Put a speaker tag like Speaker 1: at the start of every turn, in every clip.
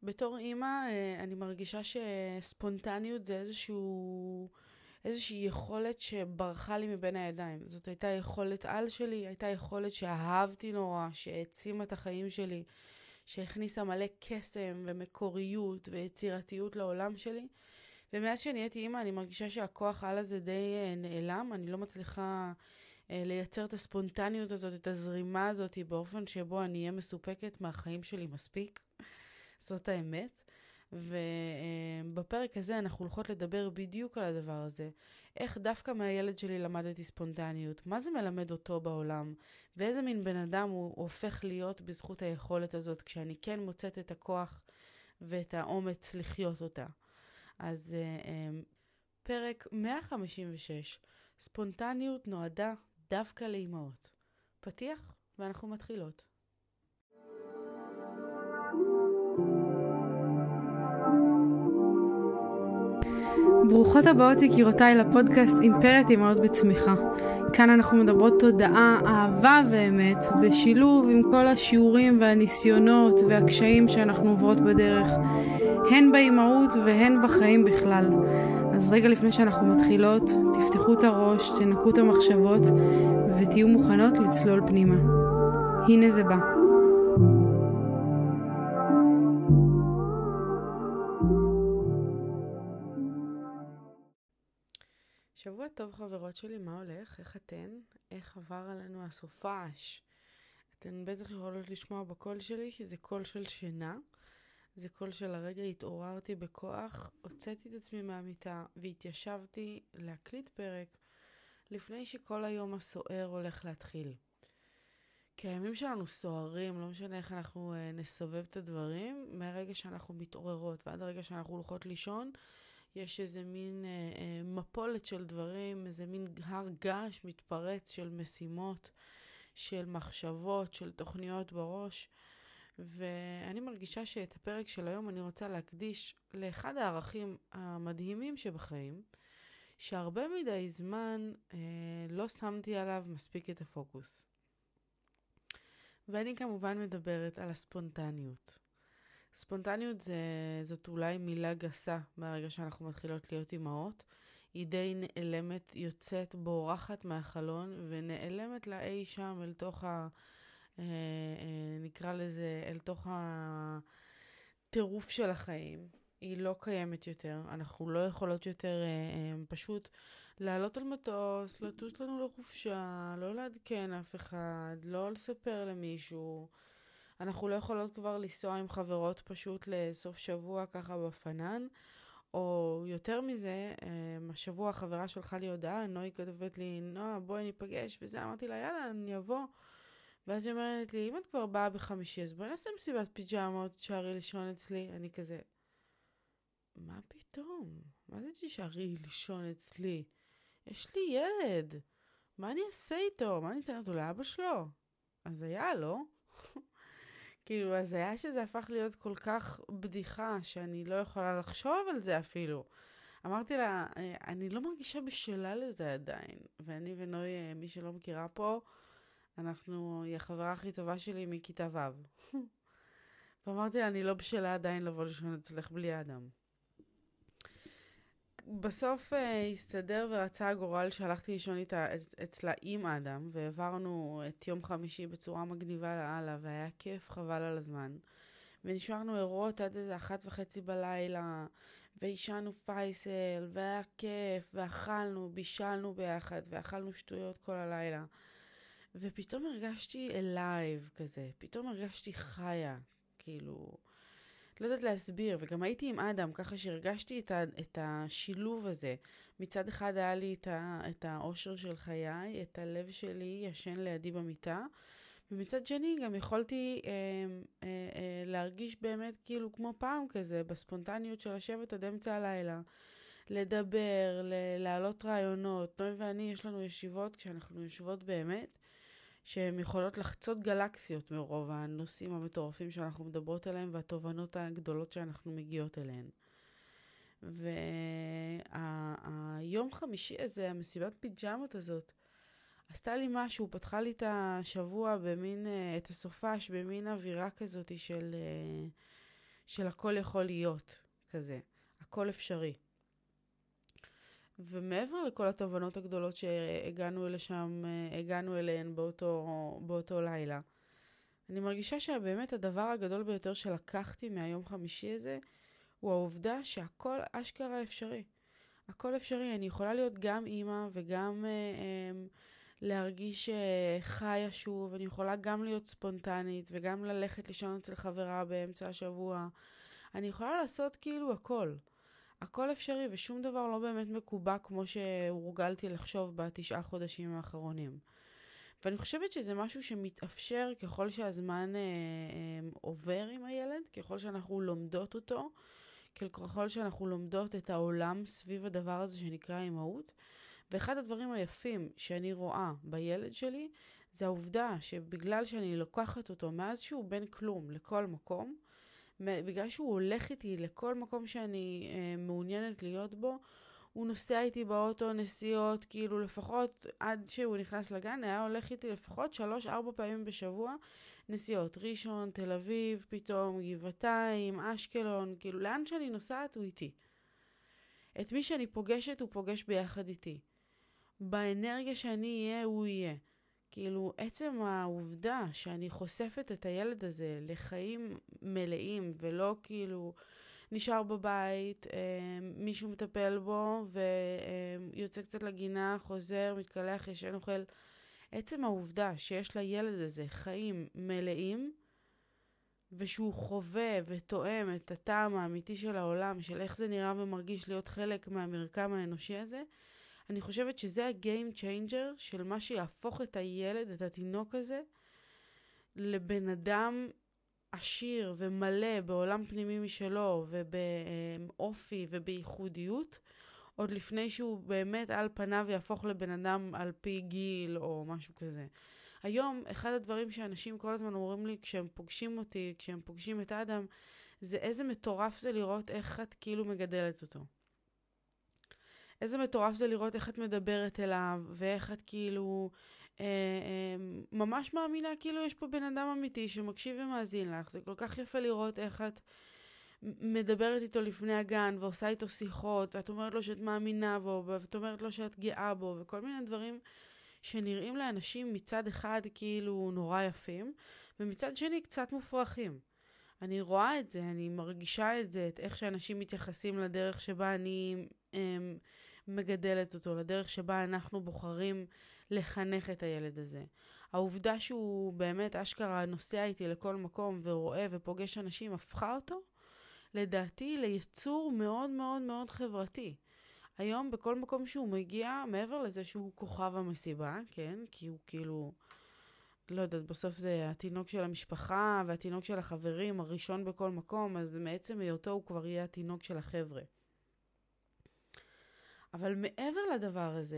Speaker 1: בתור אימא, אני מרגישה שספונטניות זה איזושהי יכולת שברחה לי מבין הידיים. זאת הייתה יכולת על שלי, הייתה יכולת שאהבתי נורא, שהעצימה את החיים שלי, שהכניסה מלא קסם ומקוריות ויצירתיות לעולם שלי. ומאז שנהייתי אימא, אני מרגישה שהכוח על הזה די נעלם. אני לא מצליחה לייצר את הספונטניות הזאת, את הזרימה הזאת, באופן שבו אני אהיה מסופקת מהחיים שלי מספיק. זאת האמת. ובפרק הזה אנחנו הולכות לדבר בדיוק על הדבר הזה. איך דווקא מהילד שלי למדתי ספונטניות, מה זה מלמד אותו בעולם, ואיזה מין בן אדם הוא הופך להיות בזכות היכולת הזאת, כשאני כן מוצאת את הכוח ואת האומץ לחיות אותה. אז פרק 156, ספונטניות נועדה דווקא לאימהות. פתיח ואנחנו מתחילות. ברוכות הבאות יקירותיי לפודקאסט אימפרית אימהות בצמיחה. כאן אנחנו מדברות תודעה, אהבה ואמת, בשילוב עם כל השיעורים והניסיונות והקשיים שאנחנו עוברות בדרך, הן באימהות והן בחיים בכלל. אז רגע לפני שאנחנו מתחילות, תפתחו את הראש, תנקו את המחשבות ותהיו מוכנות לצלול פנימה. הנה זה בא. שבוע טוב חברות שלי, מה הולך? איך אתן? איך עבר עלינו הסופש? אתן בטח יכולות לשמוע בקול שלי שזה קול של שינה. זה קול של הרגע התעוררתי בכוח, הוצאתי את עצמי מהמיטה והתיישבתי להקליט פרק לפני שכל היום הסוער הולך להתחיל. כי הימים שלנו סוערים, לא משנה איך אנחנו נסובב את הדברים, מהרגע שאנחנו מתעוררות ועד הרגע שאנחנו הולכות לישון, יש איזה מין מפולת של דברים, איזה מין הר געש מתפרץ של משימות, של מחשבות, של תוכניות בראש. ואני מרגישה שאת הפרק של היום אני רוצה להקדיש לאחד הערכים המדהימים שבחיים, שהרבה מדי זמן לא שמתי עליו מספיק את הפוקוס. ואני כמובן מדברת על הספונטניות. ספונטניות זאת אולי מילה גסה מהרגע שאנחנו מתחילות להיות אימהות. היא די נעלמת, יוצאת, בורחת מהחלון ונעלמת לה אי שם אל תוך נקרא לזה, אל תוך הטירוף של החיים. היא לא קיימת יותר. אנחנו לא יכולות יותר פשוט לעלות על מטוס, לטוס לנו לחופשה, לא לעדכן אף אחד, לא לספר למישהו. אנחנו לא יכולות כבר לנסוע עם חברות פשוט לסוף שבוע ככה בפנן, או יותר מזה, השבוע החברה שלחה לי הודעה, נוי כתבת לי, נועה בואי ניפגש, וזה אמרתי לה יאללה אני אבוא, ואז היא אומרת לי אם את כבר באה בחמישי אז בואי נעשה מסיבת פיג'מות, תשארי לישון אצלי. אני כזה, מה פתאום? מה זה תשארי לישון אצלי? יש לי ילד, מה אני אעשה איתו? מה אני אתן אותו לאבא שלו? אז היה לא? כאילו, אז היה שזה הפך להיות כל כך בדיחה, שאני לא יכולה לחשוב על זה אפילו. אמרתי לה, אני לא מרגישה בשלה לזה עדיין. ואני ונוי, מי שלא מכירה פה, היא החברה הכי טובה שלי מכיתה ו'. ואמרתי לה, אני לא בשלה עדיין לבוא לישון אצלך בלי אדם. בסוף הסתדר ורצה הגורל שהלכתי לישון אצלה עם אדם, והעברנו את יום חמישי בצורה מגניבה לאללה, והיה כיף חבל על הזמן. ונשארנו ערות עד איזה 1:30 בלילה, וישנו פייסל, והיה כיף, ואכלנו, בישלנו ביחד, ואכלנו שטויות כל הלילה. ופתאום הרגשתי אלייב כזה, פתאום הרגשתי חיה, כאילו, לא יודעת להסביר, וגם הייתי עם אדם, ככה שהרגשתי את השילוב הזה. מצד אחד היה לי את האושר של חיי, את הלב שלי ישן לידי במיטה, ומצד שני גם יכולתי להרגיש באמת כאילו כמו פעם כזה, בספונטניות של לשבת עד אמצע הלילה, לדבר, להעלות רעיונות. נוי ואני יש לנו ישיבות כשאנחנו יושבות באמת, שהן יכולות לחצות גלקסיות מרוב הנושאים המטורפים שאנחנו מדברות עליהם והתובנות הגדולות שאנחנו מגיעות אליהן. והיום חמישי הזה, המסיבת פיג'מות הזאת, עשתה לי משהו, פתחה לי את השבוע במין, את הסופש במין אווירה כזאת של הכל יכול להיות כזה, הכל אפשרי. ומעבר לכל התובנות הגדולות הגענו אליהן באותו לילה, אני מרגישה שבאמת הדבר הגדול ביותר שלקחתי מהיום חמישי הזה, הוא העובדה שהכל אשכרה אפשרי. הכל אפשרי, אני יכולה להיות גם אימא וגם להרגיש חיה שוב, אני יכולה גם להיות ספונטנית וגם ללכת לישון אצל חברה באמצע השבוע. אני יכולה לעשות כאילו הכל. הכל אפשרי ושום דבר לא באמת מקובע כמו שהורגלתי לחשוב ב9 חודשים האחרונים. ואני חושבת שזה משהו שמתאפשר ככל שהזמן עובר עם הילד, ככל שאנחנו לומדות אותו, ככל שאנחנו לומדות את העולם סביב הדבר הזה שנקרא אימהות. ואחד הדברים היפים שאני רואה בילד שלי, זה העובדה שבגלל שאני לוקחת אותו מאז שהוא בן כלום לכל מקום, בגלל שהוא הולך איתי לכל מקום שאני מעוניינת להיות בו, הוא נוסע איתי באוטו נסיעות, כאילו לפחות עד שהוא נכנס לגן, היה הולך איתי לפחות 3-4 פעמים בשבוע, נסיעות, ראשון, תל אביב, פתאום, גבעתיים, אשקלון, כאילו לאן שאני נוסעת הוא איתי. את מי שאני פוגשת הוא פוגש ביחד איתי. באנרגיה שאני אהיה הוא יהיה. כאילו עצם העובדה שאני חושפת את הילד הזה לחיים מלאים ולא כאילו נשאר בבית, מישהו מטפל בו ויוצא קצת לגינה, חוזר, מתקלח, ישן, אוכל. עצם העובדה שיש לילד הזה חיים מלאים ושהוא חווה ותואם את הטעם האמיתי של העולם, של איך זה נראה ומרגיש להיות חלק מהמרקם האנושי הזה, אני חושבת שזה ה-game changer של מה שיהפוך את הילד, את התינוק הזה, לבן אדם עשיר ומלא בעולם פנימי משלו ובאופי ובייחודיות, עוד לפני שהוא באמת על פניו יהפוך לבן אדם על פי גיל או משהו כזה. היום, אחד הדברים שאנשים כל הזמן אומרים לי כשהם פוגשים אותי, כשהם פוגשים את האדם, זה איזה מטורף זה לראות איך את כאילו מגדלת אותו. איזה מטורף זה לראות איך את מדברת אליו, ואיך את כאילו ממש מאמינה, כאילו יש פה בן אדם אמיתי שמקשיב ומאזין לך. זה כל כך יפה לראות איך את מדברת איתו לפני הגן, ועושה איתו שיחות, ואת אומרת לו שאת מאמינה בו, ואת אומרת לו שאת גאה בו, וכל מיני דברים שנראים לאנשים מצד אחד כאילו נורא יפים, ומצד שני קצת מופרכים. אני רואה את זה, אני מרגישה את זה, את איך שאנשים מתייחסים לדרך שבה אני מגדלת אותו, לדרך שבה אנחנו בוחרים לחנך את הילד הזה. העובדה שהוא באמת אשכרה נוסע איתי לכל מקום ורואה ופוגש אנשים, הפכה אותו, לדעתי, ליצור מאוד מאוד מאוד חברתי. היום בכל מקום שהוא מגיע, מעבר לזה שהוא כוכב המסיבה, כן? כי הוא כאילו, לא יודעת, בסוף זה התינוק של המשפחה והתינוק של החברים, הראשון בכל מקום, אז מעצם היותו הוא כבר יהיה התינוק של החבר'ה. אבל מעבר לדבר הזה,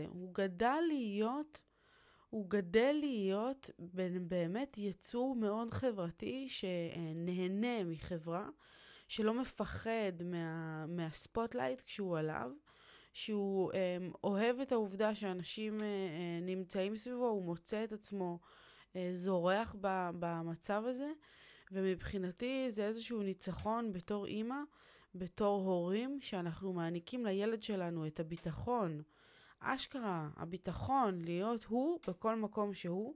Speaker 1: הוא גדל להיות באמת יצור מאוד חברתי שנהנה מחברה, שלא מפחד מהספוטלייט כשהוא עליו, שהוא אוהב את העובדה שאנשים נמצאים סביבו, הוא מוצא את עצמו זורח במצב הזה, ומבחינתי זה איזשהו ניצחון בתור אימא, בתור הורים, שאנחנו מעניקים לילד שלנו את הביטחון, אשכרה, הביטחון להיות הוא בכל מקום שהוא,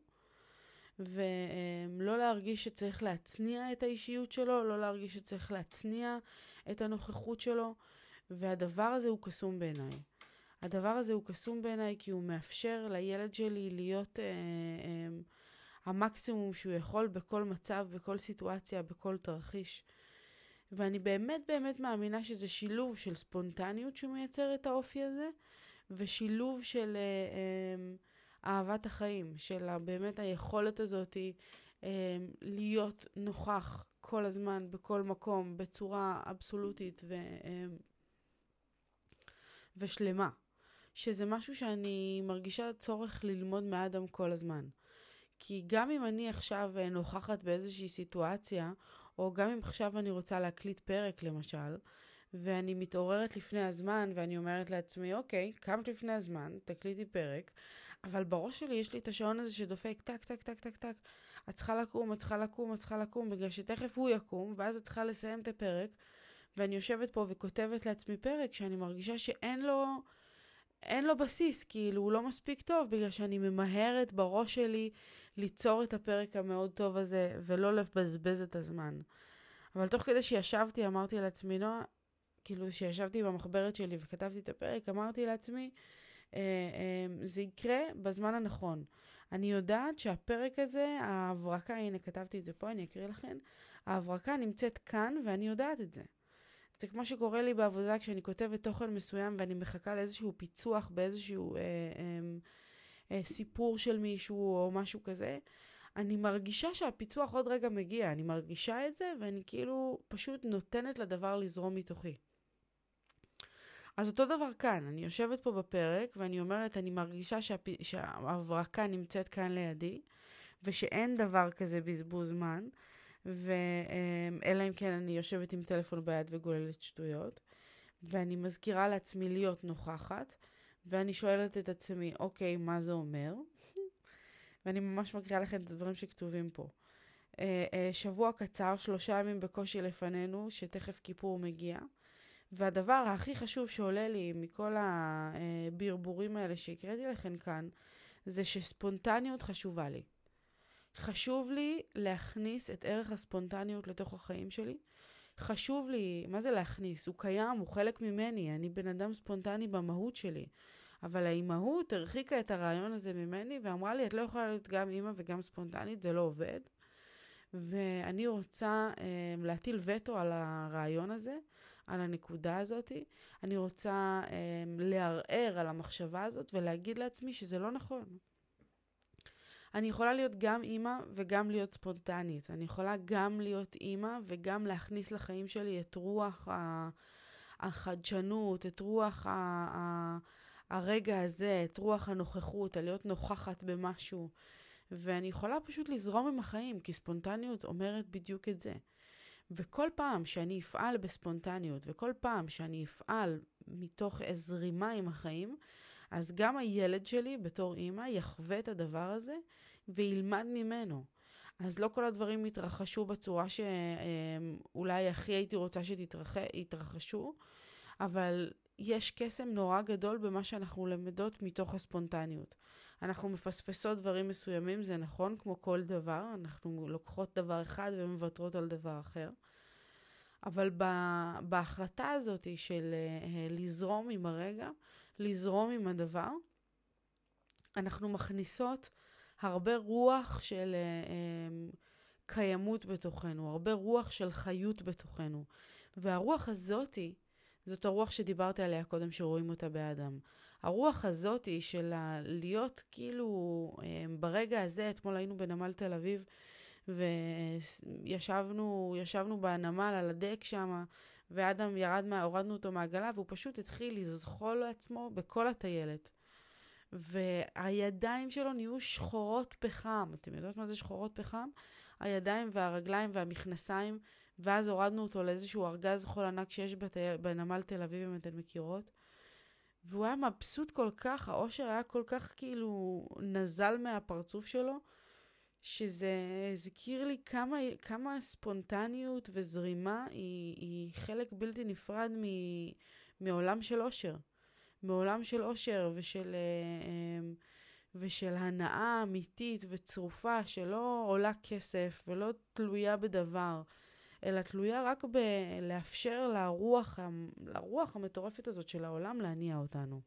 Speaker 1: ולא להרגיש שצריך להצניע את האישיות שלו, לא להרגיש שצריך להצניע את הנוכחות שלו, והדבר הזה הוא קסום בעיניי. הדבר הזה הוא קסום בעיניי כי הוא מאפשר לילד שלי להיות המקסימום שהוא יכול בכל מצב, בכל סיטואציה, בכל תרחיש. ואני באמת באמת מאמינה שזה שילוב של ספונטניות שמייצר את האופי הזה, ושילוב של אהבת החיים, של באמת היכולת הזאת להיות נוכח כל הזמן, בכל מקום, בצורה אבסולוטית ושלמה. שזה משהו שאני מרגישה צורך ללמוד מאדם כל הזמן. כי גם אם אני עכשיו נוכחת באיזושהי סיטואציה, או גם אם עכשיו אני רוצה להקליט פרק למשל, ואני מתעוררת לפני הזמן, ואני אומרת לעצמי, אוקיי, קמת לפני הזמן, תקליטי פרק, אבל בראש שלי יש לי את השעון הזה שדופק טק, טק, טק, טק, טק. את צריכה לקום, את צריכה לקום, את צריכה לקום, בגלל שתכף הוא יקום, ואז את צריכה לסיים את הפרק, ואני יושבת פה וכותבת לעצמי פרק שאני מרגישה אין לו בסיס, כאילו הוא לא מספיק טוב, בגלל שאני ממהרת בראש שלי ליצור את הפרק המאוד טוב הזה, ולא לבזבז את הזמן. אבל תוך כדי שישבתי, אמרתי לעצמי, נועה, כאילו שישבתי במחברת שלי וכתבתי את הפרק, אמרתי לעצמי, זה יקרה בזמן הנכון. אני יודעת שהפרק הזה, ההברקה, הנה כתבתי את זה פה, אני אקריא לכם, ההברקה נמצאת כאן ואני יודעת את זה. זה כמו שקורה לי בעבודה כשאני כותבת תוכן מסוים ואני מחכה לאיזשהו פיצוח באיזשהו סיפור של מישהו או משהו כזה. אני מרגישה שהפיצוח עוד רגע מגיע, אני מרגישה את זה ואני כאילו פשוט נותנת לדבר לזרום מתוכי. אז אותו דבר כאן, אני יושבת פה בפרק ואני אומרת, אני מרגישה שההברקה נמצאת כאן לידי ושאין דבר כזה בזבוז זמן. אלא אם כן אני יושבת עם טלפון ביד וגוללת שטויות, ואני מזכירה לעצמי להיות נוכחת, ואני שואלת את עצמי, אוקיי, מה זה אומר? ואני ממש מקריאה לכם את הדברים שכתובים פה. שבוע קצר, 3 ימים בקושי לפנינו, שתכף כיפור מגיע, והדבר הכי חשוב שעולה לי מכל הברבורים האלה שהקראתי לכם כאן, זה שספונטניות חשובה לי. חשוב לי להכניס את ערך הספונטניות לתוך החיים שלי. חשוב לי, מה זה להכניס? הוא קיים, הוא חלק ממני. אני בן אדם ספונטני במהות שלי. אבל האימהות הרחיקה את הרעיון הזה ממני ואמרה לי, את לא יכולה להיות גם אימא וגם ספונטנית, זה לא עובד. ואני רוצה להטיל וטו על הרעיון הזה, על הנקודה הזאת. אני רוצה לערער על המחשבה הזאת ולהגיד לעצמי שזה לא נכון. אני יכולה להיות גם אימא וגם להיות ספונטנית. אני יכולה גם להיות אימא וגם להכניס לחיים שלי את רוח החדשנות, את רוח הרגע הזה, את רוח הנוכחות, להיות נוכחת במשהו. ואני יכולה פשוט לזרום עם החיים, כי ספונטניות אומרת בדיוק את זה. וכל פעם שאני אפעל בספונטניות, וכל פעם שאני אפעל מתוך זרימה עם החיים, אז גם הילד שלי בתור אימא יחווה את הדבר הזה וילמד ממנו. אז לא כל הדברים יתרחשו בצורה שאולי הכי הייתי רוצה שיתרחשו, אבל יש קסם נורא גדול במה שאנחנו למדות מתוך הספונטניות. אנחנו מפספסות דברים מסוימים, זה נכון, כמו כל דבר, אנחנו לוקחות דבר אחד ומוותרות על דבר אחר. אבל בהחלטה הזאת של לזרום עם הרגע, לזרום עם הדבר, אנחנו מכניסות הרבה רוח של קיימות בתוכנו, הרבה רוח של חיות בתוכנו. והרוח הזאת, זאת הרוח שדיברתי עליה קודם שרואים אותה באדם. הרוח הזאת של להיות כאילו ברגע הזה, אתמול היינו בנמל תל אביב, וישבנו בנמל על הדק שם, ואדם הורדנו אותו מהגלה, והוא פשוט התחיל לזחול לעצמו בכל הטיילת. והידיים שלו נהיו שחורות פחם. אתם יודעות מה זה שחורות פחם? הידיים והרגליים והמכנסיים, ואז הורדנו אותו לאיזשהו ארגז חול ענק שיש בנמל תל אביב, אם אתן מכירות. והוא היה מבסוט כל כך, האושר היה כל כך כאילו נזל מהפרצוף שלו, שזה הזכיר לי כמה ספונטניות וזרימה היא חלק בלתי נפרד מעולם של אושר. מעולם של אושר ושל הנאה אמיתית וצרופה שלא עולה כסף ולא תלויה בדבר, אלא תלויה רק בלאפשר לרוח המטורפת הזאת של העולם להניע אותנו.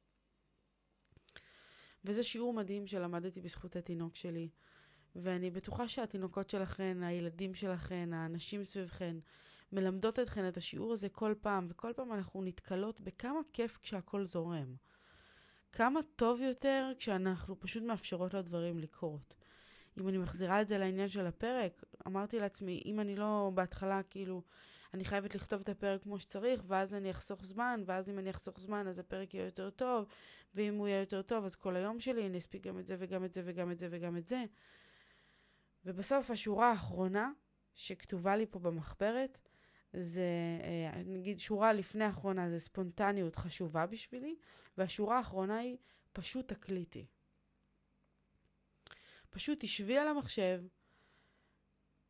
Speaker 1: וזה שיעור מדהים שלמדתי בזכות התינוק שלי. ואני בטוחה שהתינוקות שלכן, הילדים שלכן, האנשים סביבכן, מלמדות אתכן את השיעור הזה כל פעם, וכל פעם אנחנו נתקלות בכמה כיף כשהכל זורם. כמה טוב יותר כשאנחנו פשוט מאפשרות לדברים לקרות. אם אני מחזירה את זה לעניין של הפרק, אמרתי לעצמי, אם אני לא בהתחלה כאילו, אני חייבת לכתוב את הפרק כמו שצריך, ואז אני אחסוך זמן, ואז אם אני אחסוך זמן, אז הפרק יהיה יותר טוב, ואם הוא יהיה יותר טוב, אז כל היום שלי אני אספיק גם את זה וגם את זה וגם את זה וגם את זה. ובסוף השורה האחרונה שכתובה לי פה במחברת, זה, נגיד שורה לפני האחרונה, זה ספונטניות חשובה בשבילי, והשורה האחרונה היא פשוט תקליטי. פשוט תשבי על המחשב,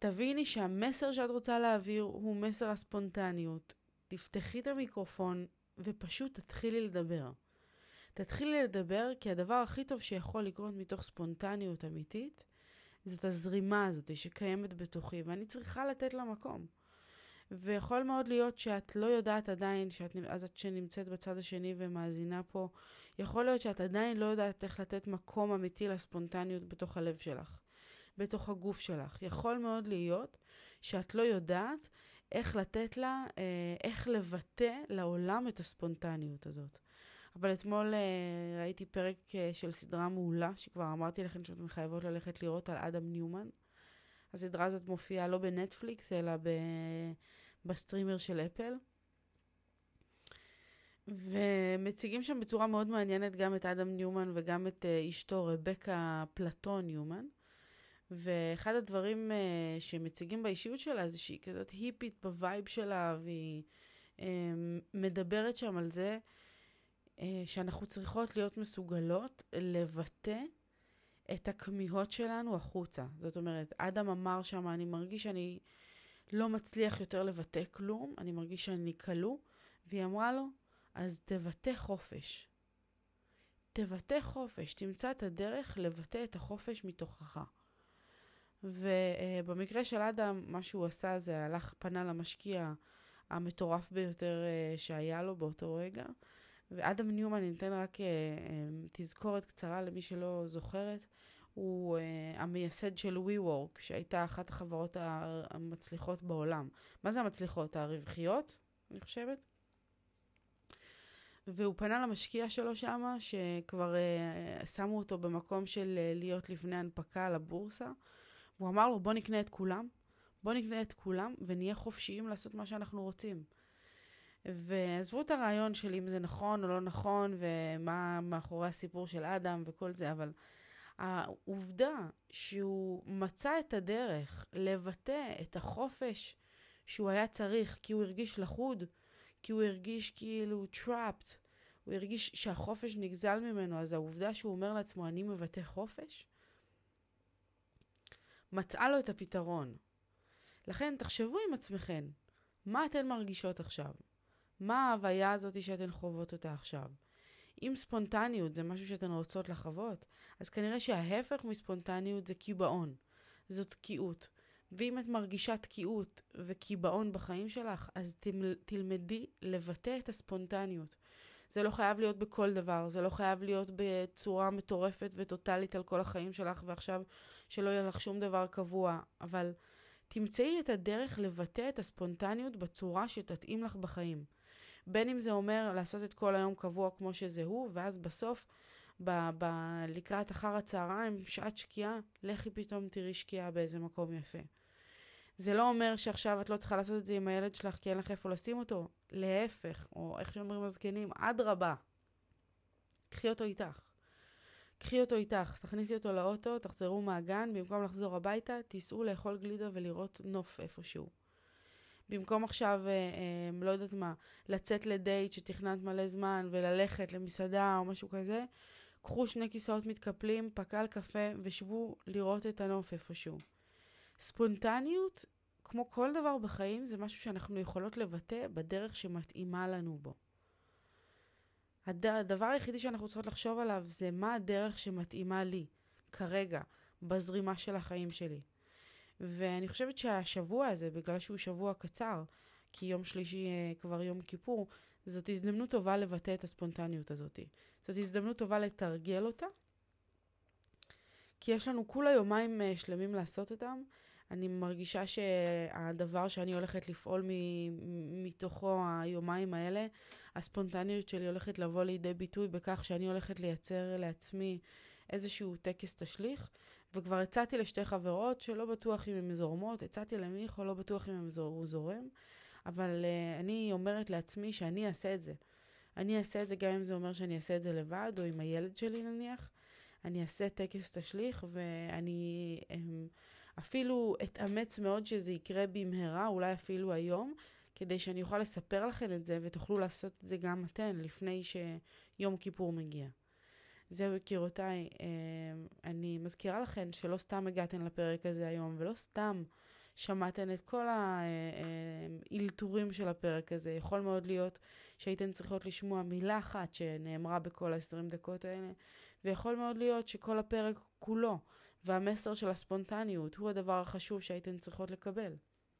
Speaker 1: תביני שהמסר שאת רוצה להעביר הוא מסר הספונטניות. תפתחי את המיקרופון ופשוט תתחילי לדבר. תתחילי לדבר כי הדבר הכי טוב שיכול לקרות מתוך ספונטניות אמיתית, זאת הזרימה הזאת שקיימת בתוכי, ואני צריכה לתת לה מקום. ויכול מאוד להיות שאת לא יודעת עדיין, אז את שנמצאת בצד השני ומאזינה פה, יכול להיות שאת עדיין לא יודעת איך לתת מקום אמיתי לספונטניות בתוך הלב שלך, בתוך הגוף שלך. יכול מאוד להיות שאת לא יודעת איך לתת לה, איך לבטא לעולם את הספונטניות הזאת. אבל אתמול ראיתי פרק של סדרה מעולה, שכבר אמרתי לכם שאתם חייבות ללכת לראות על אדם ניומן. הסדרה הזאת מופיעה לא בנטפליקס, אלא בסטרימר של אפל. ומציגים שם בצורה מאוד מעניינת גם את אדם ניומן וגם את אשתו רבקה פלטון ניומן. ואחד הדברים שמציגים באישיות שלה זה שהיא כזאת היפית בווייב שלה, והיא מדברת שם על זה שאנחנו צריכות להיות מסוגלות לבטא את הכמיהות שלנו החוצה. זאת אומרת, אדם אמר שם, אני מרגיש שאני לא מצליח יותר לבטא כלום, אני מרגיש שאני קלו, והיא אמרה לו, אז תבטא חופש. תבטא חופש, תמצא את הדרך לבטא את החופש מתוכך. ובמקרה של אדם, מה שהוא עשה זה פנה למשקיע המטורף ביותר שהיה לו באותו רגע, ואדם ניומן, אני אתן רק תזכורת קצרה למי שלא זוכרת, הוא המייסד של WeWork, שהייתה אחת החברות המצליחות בעולם. מה זה המצליחות? הרווחיות, אני חושבת. והוא פנה למשקיע שלו שמה, שכבר שמו אותו במקום של להיות לפני הנפקה על הבורסה. הוא אמר לו, בוא נקנה את כולם, בוא נקנה את כולם, ונהיה חופשיים לעשות מה שאנחנו רוצים. ועזבו את הרעיון של אם זה נכון או לא נכון, ומה מאחורי הסיפור של אדם וכל זה, אבל העובדה שהוא מצא את הדרך לבטא את החופש שהוא היה צריך, כי הוא הרגיש לחוד, כי הוא הרגיש כאילו trapped, הוא הרגיש שהחופש נגזל ממנו, אז העובדה שהוא אומר לעצמו, אני מבטא חופש, מצאה לו את הפתרון. לכן תחשבו עם עצמכם, מה אתן מרגישות עכשיו? מה ההוויה הזאת שאתן חוות אותה עכשיו? אם ספונטניות זה משהו שאתן רוצות לחוות, אז כנראה שההפך מספונטניות זה קיבעון. זאת תקיעות. ואם את מרגישה תקיעות וקיבעון בחיים שלך, אז תלמדי לבטא את הספונטניות. זה לא חייב להיות בכל דבר, זה לא חייב להיות בצורה מטורפת וטוטלית על כל החיים שלך, ועכשיו שלא יהיה לך שום דבר קבוע, אבל תמצאי את הדרך לבטא את הספונטניות בצורה שתתאים לך בחיים. בין אם זה אומר לעשות את כל היום קבוע כמו שזה הוא, ואז בסוף, לקראת אחר הצהריים, שעת שקיעה, לכי פתאום תראי שקיעה באיזה מקום יפה. זה לא אומר שעכשיו את לא צריכה לעשות את זה עם הילד שלך, כי אין לך איפה לשים אותו. להפך, או איך שאומרים הזקנים, עד רבה. קחי אותו איתך. קחי אותו איתך, תכניסי אותו לאוטו, תחזרו מהגן, במקום לחזור הביתה, תיסעו לאכול גלידה ולראות נוף איפשהו. במקום עכשיו, לא יודעת מה, לצאת לדייט שתכננת מלא זמן וללכת למסעדה או משהו כזה, קחו 2 כיסאות מתקפלים, פקל קפה ושבו לראות את הנוף איפשהו. ספונטניות, כמו כל דבר בחיים, זה משהו שאנחנו יכולות לבטא בדרך שמתאימה לנו בו. הדבר היחידי שאנחנו צריכות לחשוב עליו זה מה הדרך שמתאימה לי כרגע, בזרימה של החיים שלי. ואני חושבת שהשבוע הזה, בגלל שהוא שבוע קצר, כי יום שלישי כבר יום כיפור, זאת הזדמנות טובה לבטא את הספונטניות הזאת. זאת הזדמנות טובה לתרגל אותה, כי יש לנו כולה יומיים שלמים לעשות אותם. אני מרגישה שהדבר שאני הולכת לפעול מתוכו היומיים האלה, הספונטניות שלי הולכת לבוא לידי ביטוי בכך שאני הולכת לייצר לעצמי איזשהו טקס תשליך, וכבר הצעתי לשתי חברות שלא בטוח אם הן זורמות, הצעתי למיכו לא בטוח אם הוא זורם, אבל אני אומרת לעצמי שאני אעשה את זה. אני אעשה את זה גם אם זה אומר שאני אעשה את זה לבד, או עם הילד שלי נניח. אני אעשה טקס תשליך, ואני אפילו אתאמץ מאוד שזה יקרה במהרה, אולי אפילו היום, כדי שאני אוכל לספר לכם את זה, ותוכלו לעשות את זה גם אתן, לפני שיום כיפור מגיע. זהו יקירותיי, אני מזכירה לכם שלא סתם הגעתן לפרק הזה היום, ולא סתם שמעתן את כל האילתורים של הפרק הזה. יכול מאוד להיות שהייתן צריכות לשמוע מילה אחת שנאמרה בכל ה-20 דקות האלה, ויכול מאוד להיות שכל הפרק כולו, והמסר של הספונטניות הוא הדבר החשוב שהייתן צריכות לקבל.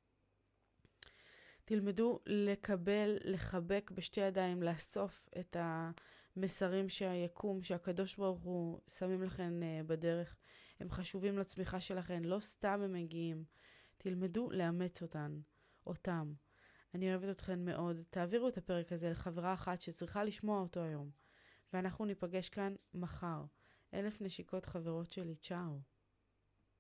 Speaker 1: תלמדו לקבל, לחבק בשתי ידיים, לאסוף את המסרים שהיקום, שהקדוש ברוך הוא שמים לכם בדרך. הם חשובים לצמיחה שלכם, לא סתם הם מגיעים. תלמדו לאמץ אותם. אני אוהבת אתכם מאוד. תעבירו את הפרק הזה לחברה אחת שצריכה לשמוע אותו היום. ואנחנו ניפגש כאן מחר. 1000 נשיקות חברות שלי, צ'או.